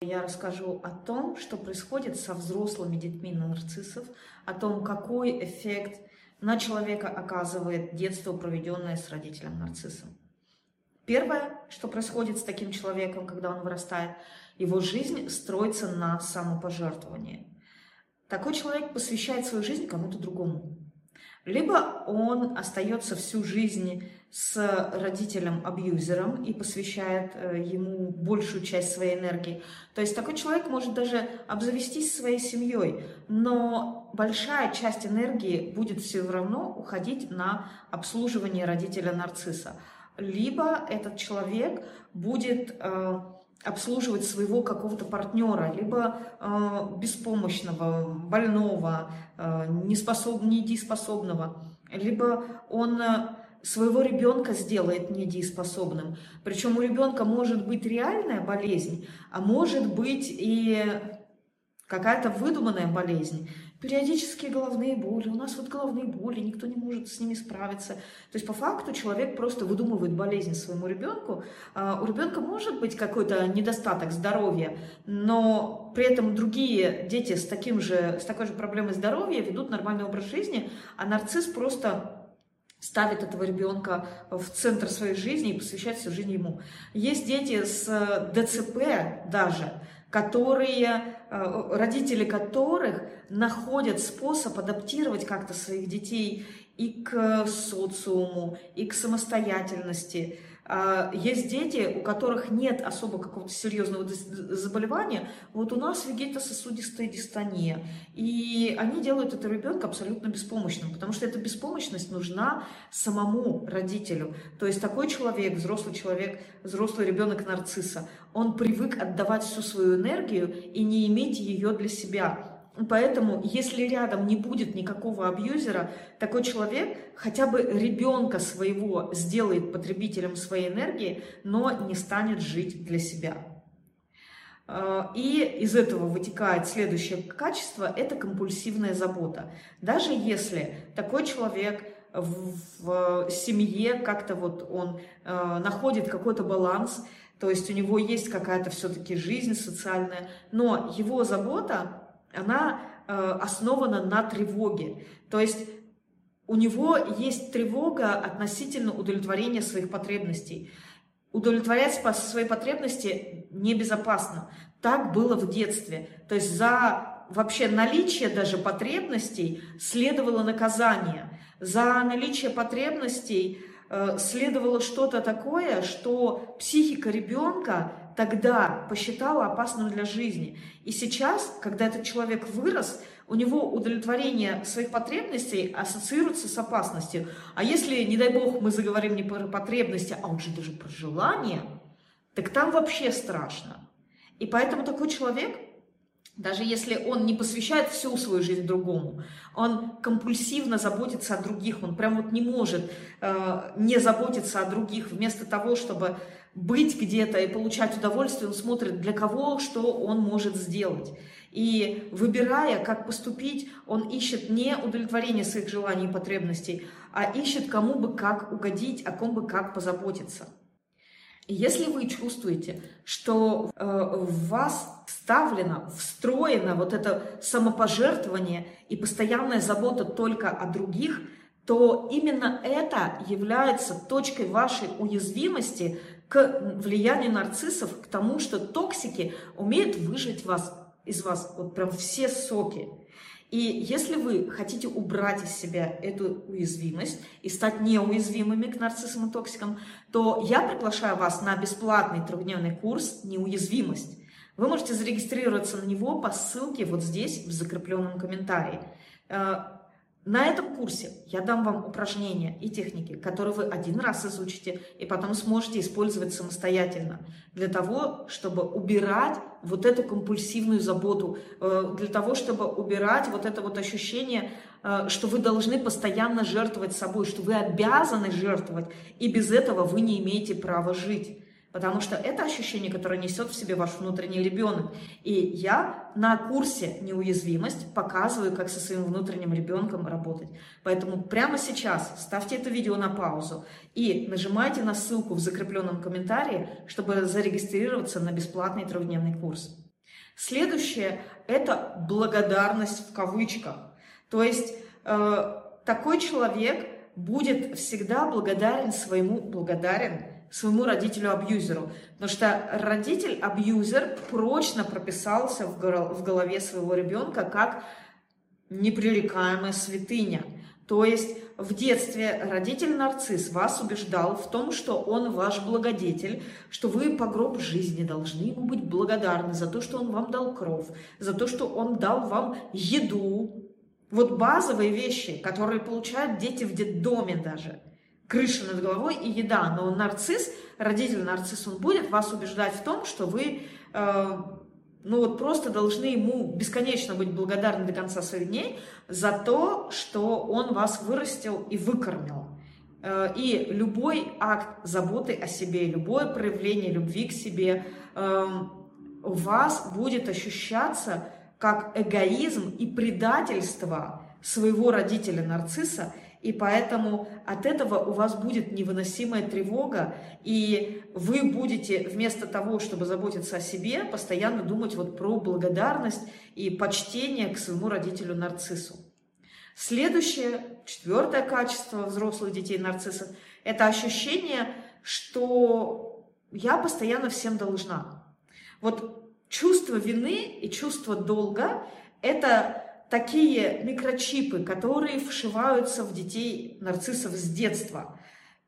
я расскажу о том, что происходит со взрослыми детьми нарциссов, о том, какой эффект на человека оказывает детство, проведенное с родителем-нарциссом. Первое, что происходит с таким человеком, когда он вырастает, его жизнь строится на самопожертвовании. Такой человек посвящает свою жизнь кому-то другому. Либо он остается всю жизнь с родителем-абьюзером и посвящает ему большую часть своей энергии. То есть такой человек может даже обзавестись своей семьей, но большая часть энергии будет все равно уходить на обслуживание родителя-нарцисса. Либо этот человек будет обслуживать своего какого-то партнера, либо беспомощного, больного, недееспособного, либо он своего ребенка сделает недееспособным. Причем у ребенка может быть реальная болезнь, а может быть и какая-то выдуманная болезнь. Периодические головные боли. У нас вот головные боли, никто не может с ними справиться. То есть по факту человек просто выдумывает болезнь своему ребенку. У ребенка может быть какой-то недостаток здоровья, но при этом другие дети с такой же проблемой здоровья ведут нормальный образ жизни, а нарцисс просто ставит этого ребенка в центр своей жизни и посвящает всю жизнь ему. Есть дети с ДЦП даже, родители которых находят способ адаптировать как-то своих детей и к социуму, и к самостоятельности. Есть дети, у которых нет особо какого-то серьезного заболевания. Вот у нас вегетососудистая дистония. И они делают этого ребенка абсолютно беспомощным, потому что эта беспомощность нужна самому родителю. То есть такой человек, взрослый ребенок нарцисса, он привык отдавать всю свою энергию и не иметь ее для себя. Поэтому, если рядом не будет никакого абьюзера, такой человек хотя бы ребенка своего сделает потребителем своей энергии, но не станет жить для себя. И из этого вытекает следующее качество – это компульсивная забота. Даже если такой человек в семье как-то он находит какой-то баланс, то есть у него есть какая-то все-таки жизнь социальная, но его забота, она основана на тревоге. То есть у него есть тревога относительно удовлетворения своих потребностей. Удовлетворять свои потребности небезопасно. Так было в детстве. То есть за вообще наличие даже потребностей следовало наказание. За наличие потребностей следовало что-то такое, что психика ребенка тогда посчитала опасным для жизни. И сейчас, когда этот человек вырос, у него удовлетворение своих потребностей ассоциируется с опасностью. А если, не дай бог, мы заговорим не про потребности, а уже даже про желание, так там вообще страшно. И поэтому такой человек, даже если он не посвящает всю свою жизнь другому, он компульсивно заботится о других, он прям не может не заботиться о других. Вместо того, чтобы быть где-то и получать удовольствие, он смотрит, для кого, что он может сделать. И выбирая, как поступить, он ищет не удовлетворение своих желаний и потребностей, а ищет, кому бы как угодить, о ком бы как позаботиться. И если вы чувствуете, что в вас встроено это самопожертвование и постоянная забота только о других, то именно это является точкой вашей уязвимости к влиянию нарциссов, к тому, что токсики умеют выжать из вас прям все соки. И если вы хотите убрать из себя эту уязвимость и стать неуязвимыми к нарциссам и токсикам, то я приглашаю вас на бесплатный 3-дневный курс «Неуязвимость». Вы можете зарегистрироваться на него по ссылке вот здесь, в закрепленном комментарии. На этом курсе я дам вам упражнения и техники, которые вы один раз изучите и потом сможете использовать самостоятельно для того, чтобы убирать эту компульсивную заботу, для того, чтобы убирать это ощущение, что вы должны постоянно жертвовать собой, что вы обязаны жертвовать, и без этого вы не имеете права жить. Потому что это ощущение, которое несет в себе ваш внутренний ребенок. И я на курсе «Неуязвимость» показываю, как со своим внутренним ребенком работать. Поэтому прямо сейчас ставьте это видео на паузу и нажимайте на ссылку в закрепленном комментарии, чтобы зарегистрироваться на бесплатный 3-дневный курс. Следующее – это благодарность в кавычках. То есть такой человек будет всегда благодарен своему родителю-абьюзеру, потому что родитель-абьюзер прочно прописался в голове своего ребенка как непререкаемая святыня. То есть в детстве родитель-нарцисс вас убеждал в том, что он ваш благодетель, что вы по гроб жизни должны ему быть благодарны за то, что он вам дал кров, за то, что он дал вам еду. Вот базовые вещи, которые получают дети в детдоме даже. Крыша над головой и еда. Но нарцисс, родитель-нарцисс, он будет вас убеждать в том, что вы просто должны ему бесконечно быть благодарны до конца своих дней за то, что он вас вырастил и выкормил. И любой акт заботы о себе, любое проявление любви к себе у вас будет ощущаться как эгоизм и предательство своего родителя-нарцисса, и поэтому от этого у вас будет невыносимая тревога, и вы будете вместо того, чтобы заботиться о себе, постоянно думать про благодарность и почтение к своему родителю-нарциссу. Следующее, 4-е качество взрослых детей-нарциссов – это ощущение, что я постоянно всем должна. Чувство вины и чувство долга – это такие микрочипы, которые вшиваются в детей-нарциссов с детства.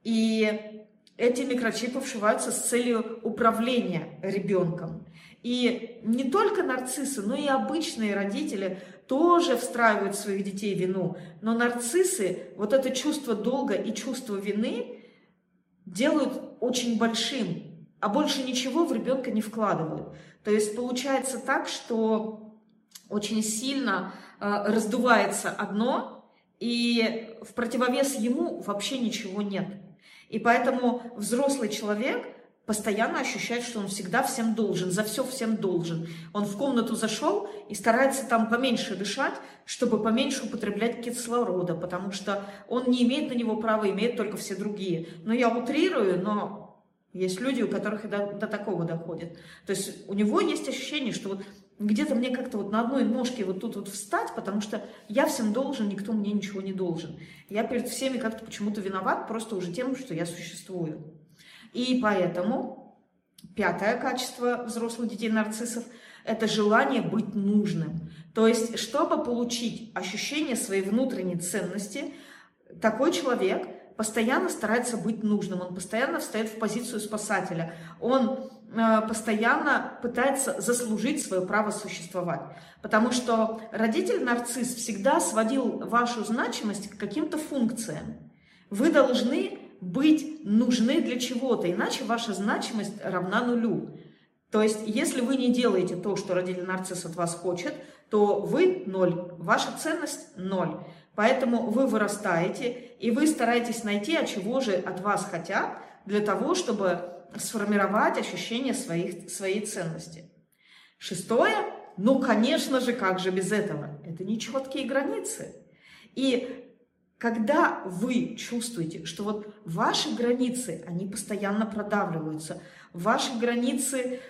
И эти микрочипы вшиваются с целью управления ребенком. И не только нарциссы, но и обычные родители тоже встраивают в своих детей вину. Но нарциссы это чувство долга и чувство вины делают очень большим, а больше ничего в ребенка не вкладывают. То есть получается так, что очень сильно раздувается одно, и в противовес ему вообще ничего нет. И поэтому взрослый человек постоянно ощущает, что он всегда всем должен, за все всем должен. Он в комнату зашел и старается там поменьше дышать, чтобы поменьше употреблять кислорода, потому что он не имеет на него права, имеют только все другие. Но я утрирую, но есть люди, у которых до такого доходит. То есть у него есть ощущение, что где-то мне как-то на одной ножке тут встать, потому что я всем должен, никто мне ничего не должен. Я перед всеми как-то почему-то виноват просто уже тем, что я существую. И поэтому 5-е качество взрослых детей-нарциссов – это желание быть нужным. То есть, чтобы получить ощущение своей внутренней ценности, такой человек постоянно старается быть нужным, он постоянно встает в позицию спасателя, он постоянно пытается заслужить свое право существовать. Потому что родитель-нарцисс всегда сводил вашу значимость к каким-то функциям. Вы должны быть нужны для чего-то, иначе ваша значимость равна нулю. То есть, если вы не делаете то, что родитель-нарцисс от вас хочет, то вы ноль, ваша ценность ноль. Поэтому вы вырастаете, и вы стараетесь найти, а чего же от вас хотят, для того, чтобы сформировать ощущение своей ценности. 6-е, конечно же, как же без этого? Это нечеткие границы. И когда вы чувствуете, что ваши границы, они постоянно продавливаются, ваши границы,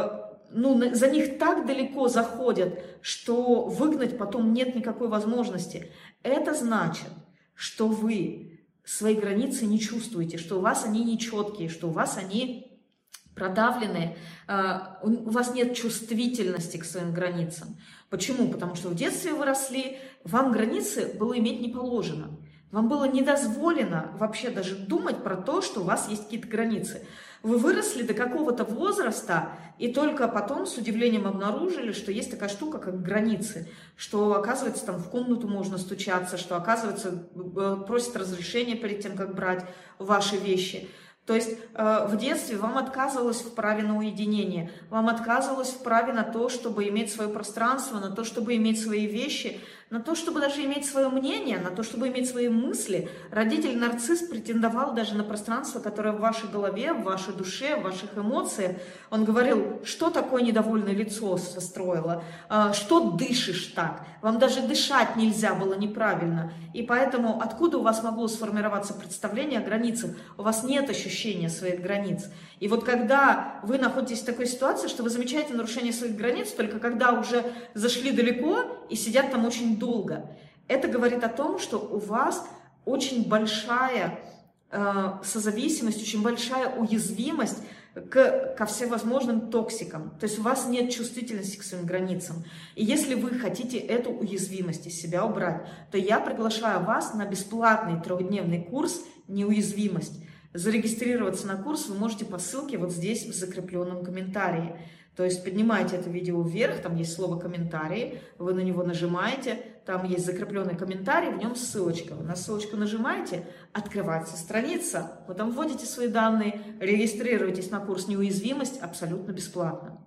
за них так далеко заходят, что выгнать потом нет никакой возможности, это значит, что вы свои границы не чувствуете, что у вас они нечеткие, что у вас они продавленные, у вас нет чувствительности к своим границам. Почему? Потому что в детстве вы росли, вам границы было иметь не положено. Вам было не дозволено вообще даже думать про то, что у вас есть какие-то границы. Вы выросли до какого-то возраста, и только потом с удивлением обнаружили, что есть такая штука, как границы, что, оказывается, там в комнату можно стучаться, что, оказывается, просят разрешения перед тем, как брать ваши вещи. То есть в детстве вам отказывалось в праве на уединение, вам отказывалось в праве на то, чтобы иметь свое пространство, на то, чтобы иметь свои вещи, На то, чтобы даже иметь свое мнение, на то, чтобы иметь свои мысли, родитель-нарцисс претендовал даже на пространство, которое в вашей голове, в вашей душе, в ваших эмоциях. Он говорил, что такое недовольное лицо состроило, что дышишь так, вам даже дышать нельзя было неправильно. И поэтому откуда у вас могло сформироваться представление о границах? У вас нет ощущения своих границ. И вот когда вы находитесь в такой ситуации, что вы замечаете нарушение своих границ, только когда уже зашли далеко и сидят там очень долго, это говорит о том, что у вас очень большая созависимость, очень большая уязвимость ко всевозможным токсикам. То есть у вас нет чувствительности к своим границам. И если вы хотите эту уязвимость из себя убрать, то я приглашаю вас на бесплатный 3-дневный курс «Неуязвимость». Зарегистрироваться на курс вы можете по ссылке вот здесь в закрепленном комментарии. То есть поднимаете это видео вверх, там есть слово «комментарии», вы на него нажимаете, там есть закрепленный комментарий, в нем ссылочка. Вы на ссылочку нажимаете, открывается страница, вы там вводите свои данные, регистрируетесь на курс «Неуязвимость» абсолютно бесплатно.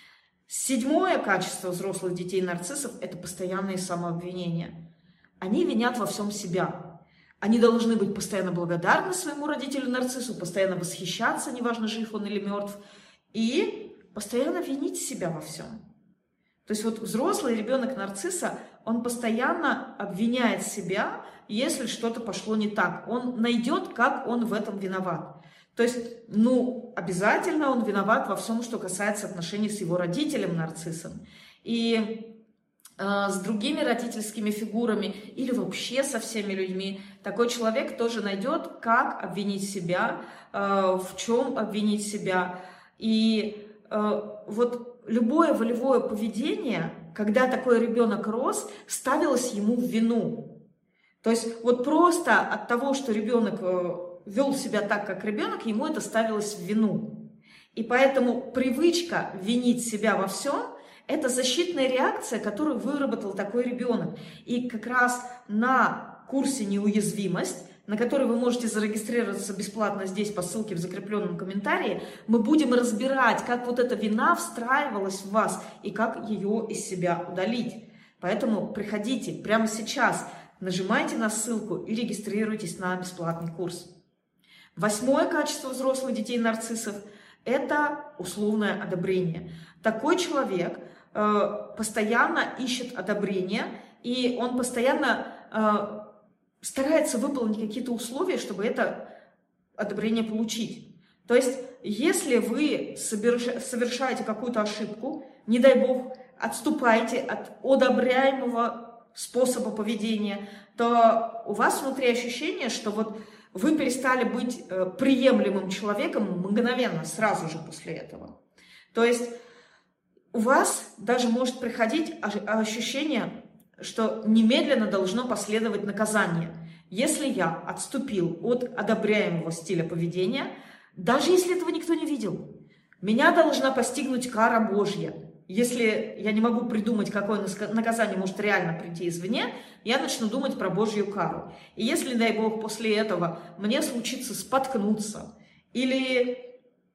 7-е качество взрослых детей-нарциссов – это постоянные самообвинения. Они винят во всем себя. Они должны быть постоянно благодарны своему родителю-нарциссу, постоянно восхищаться, неважно, жив он или мертв, и постоянно винить себя во всем. То есть вот взрослый ребенок нарцисса, он постоянно обвиняет себя, если что-то пошло не так. Он найдет, как он в этом виноват. То есть, обязательно он виноват во всем, что касается отношений с его родителем-нарциссом. И с другими родительскими фигурами или вообще со всеми людьми такой человек тоже найдет, как обвинить себя, в чем обвинить себя. И вот любое волевое поведение, когда такой ребенок рос, ставилось ему в вину. То есть вот просто от того, что ребенок вел себя так, как ребенок, ему это ставилось в вину. И поэтому привычка винить себя во всем – это защитная реакция, которую выработал такой ребенок. И как раз на курсе «Неуязвимость», на который вы можете зарегистрироваться бесплатно здесь по ссылке в закрепленном комментарии, мы будем разбирать, как вот эта вина встраивалась в вас и как ее из себя удалить. Поэтому приходите прямо сейчас, нажимайте на ссылку и регистрируйтесь на бесплатный курс. 8-е качество взрослых детей-нарциссов – это условное одобрение. Такой человек постоянно ищет одобрение, и он постоянно старается выполнить какие-то условия, чтобы это одобрение получить. То есть, если вы совершаете какую-то ошибку, не дай бог, отступаете от одобряемого способа поведения, то у вас внутри ощущение, что вот вы перестали быть приемлемым человеком мгновенно, сразу же после этого. То есть, у вас даже может приходить ощущение, что немедленно должно последовать наказание. Если я отступил от одобряемого стиля поведения, даже если этого никто не видел, меня должна постигнуть кара Божья. Если я не могу придумать, какое наказание может реально прийти извне, я начну думать про Божью кару. И если, дай Бог, после этого мне случится споткнуться или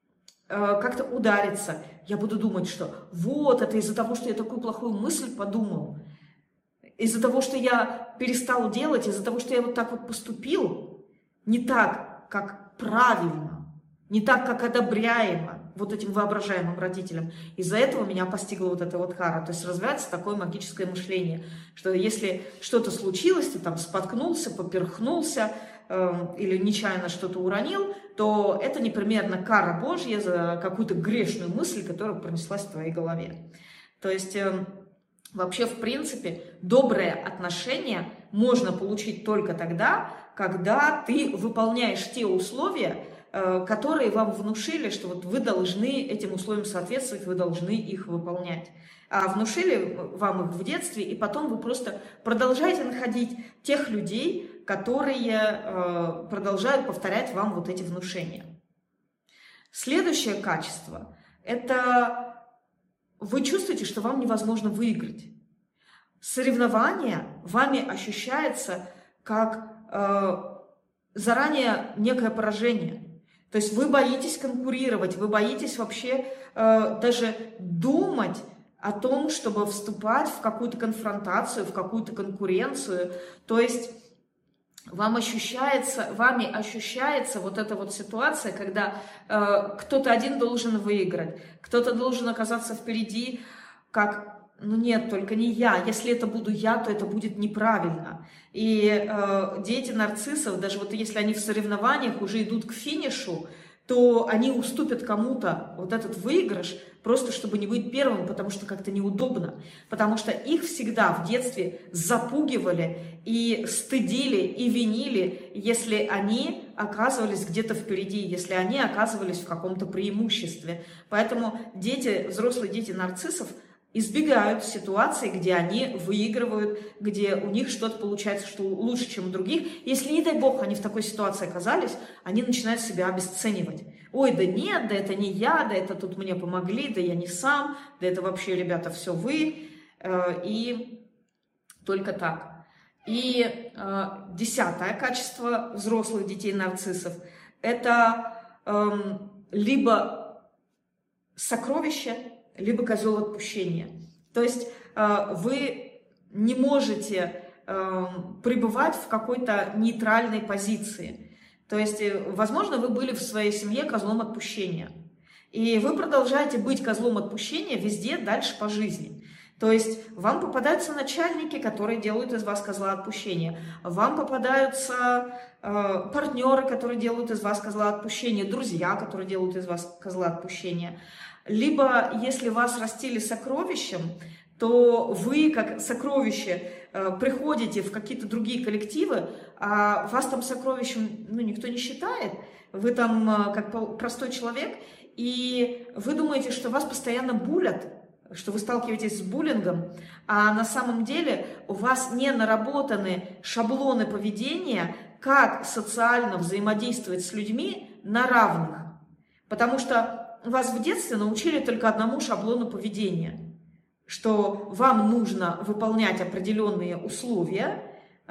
как-то удариться, я буду думать, что вот это из-за того, что я такую плохую мысль подумал, из-за того, что я перестал делать, из-за того, что я вот так вот поступил, не так, как правильно, не так, как одобряемо вот этим воображаемым родителям. Из-за этого меня постигла вот эта вот кара. То есть развивается такое магическое мышление, что если что-то случилось, ты там споткнулся, поперхнулся или нечаянно что-то уронил, то это непременно кара Божья за какую-то грешную мысль, которая пронеслась в твоей голове. То есть вообще, в принципе, доброе отношение можно получить только тогда, когда ты выполняешь те условия, которые вам внушили, что вот вы должны этим условиям соответствовать, вы должны их выполнять. А внушили вам их в детстве, и потом вы просто продолжаете находить тех людей, которые продолжают повторять вам вот эти внушения. Следующее качество – это вы чувствуете, что вам невозможно выиграть. Соревнование вами ощущается как заранее некое поражение. То есть вы боитесь конкурировать, вы боитесь вообще даже думать о том, чтобы вступать в какую-то конфронтацию, в какую-то конкуренцию. То есть вами ощущается вот эта вот ситуация, когда кто-то один должен выиграть, кто-то должен оказаться впереди, как, ну нет, только не я. Если это буду я, то это будет неправильно. И дети нарциссов, даже вот если они в соревнованиях уже идут к финишу, то они уступят кому-то вот этот выигрыш, просто чтобы не быть первым, потому что как-то неудобно. Потому что их всегда в детстве запугивали и стыдили, и винили, если они оказывались где-то впереди, если они оказывались в каком-то преимуществе. Поэтому взрослые дети нарциссов избегают ситуаций, где они выигрывают, где у них что-то получается, что лучше, чем у других. Если, не дай бог, они в такой ситуации оказались, они начинают себя обесценивать. Ой, да нет, да это не я, да это тут мне помогли, да я не сам, да это вообще, ребята, все вы. И только так. И 10-е качество взрослых детей-нарциссов – это либо сокровище, либо козел отпущения. То есть вы не можете пребывать в какой-то нейтральной позиции. То есть, возможно, вы были в своей семье козлом отпущения. И вы продолжаете быть козлом отпущения везде дальше по жизни. То есть вам попадаются начальники, которые делают из вас козла отпущения. Вам попадаются партнеры, которые делают из вас козла отпущения, друзья, которые делают из вас козла отпущения. Либо, если вас растили сокровищем, то вы, как сокровище, приходите в какие-то другие коллективы, а вас там сокровищем никто не считает, вы там как простой человек, и вы думаете, что вас постоянно булят, что вы сталкиваетесь с буллингом, а на самом деле у вас не наработаны шаблоны поведения, как социально взаимодействовать с людьми на равных. Потому что вас в детстве научили только одному шаблону поведения, что вам нужно выполнять определенные условия,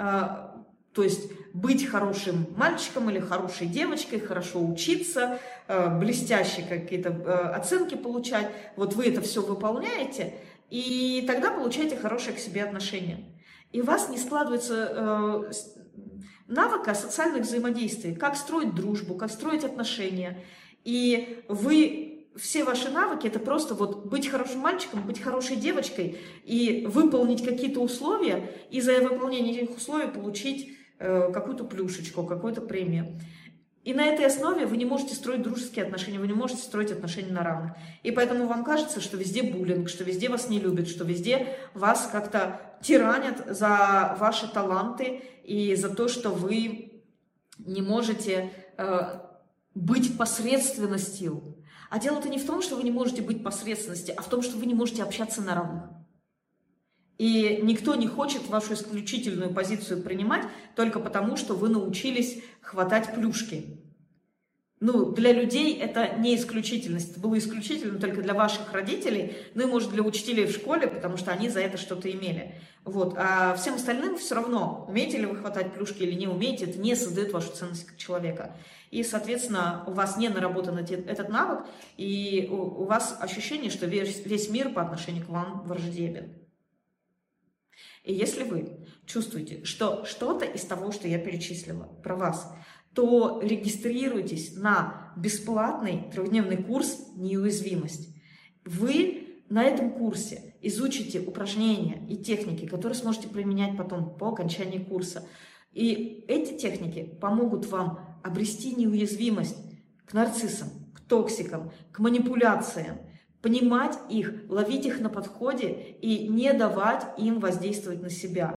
то есть быть хорошим мальчиком или хорошей девочкой, хорошо учиться, блестящие какие-то оценки получать. Вот вы это все выполняете, и тогда получаете хорошее к себе отношение. И у вас не складывается навыка социальных взаимодействий, как строить дружбу, как строить отношения. И все ваши навыки – это просто вот быть хорошим мальчиком, быть хорошей девочкой и выполнить какие-то условия, и за выполнение этих условий получить какую-то плюшечку, какую-то премию. И на этой основе вы не можете строить дружеские отношения, вы не можете строить отношения на равных. И поэтому вам кажется, что везде буллинг, что везде вас не любят, что везде вас как-то тиранят за ваши таланты и за то, что вы не можете быть посредственностью. А дело-то не в том, что вы не можете быть посредственностью, а в том, что вы не можете общаться на равных. И никто не хочет вашу исключительную позицию принимать только потому, что вы научились хватать плюшки. Для людей это не исключительность. Это было исключительно только для ваших родителей, и, может, для учителей в школе, потому что они за это что-то имели. Вот. А всем остальным все равно, умеете ли вы хватать плюшки или не умеете, это не создает вашу ценность как человека. И, соответственно, у вас не наработан этот навык, и у вас ощущение, что весь мир по отношению к вам враждебен. И если вы чувствуете, что что-то из того, что я перечислила про вас, то регистрируйтесь на бесплатный 3-дневный курс «Неуязвимость». Вы на этом курсе изучите упражнения и техники, которые сможете применять потом по окончании курса. И эти техники помогут вам обрести неуязвимость к нарциссам, к токсикам, к манипуляциям, понимать их, ловить их на подходе и не давать им воздействовать на себя.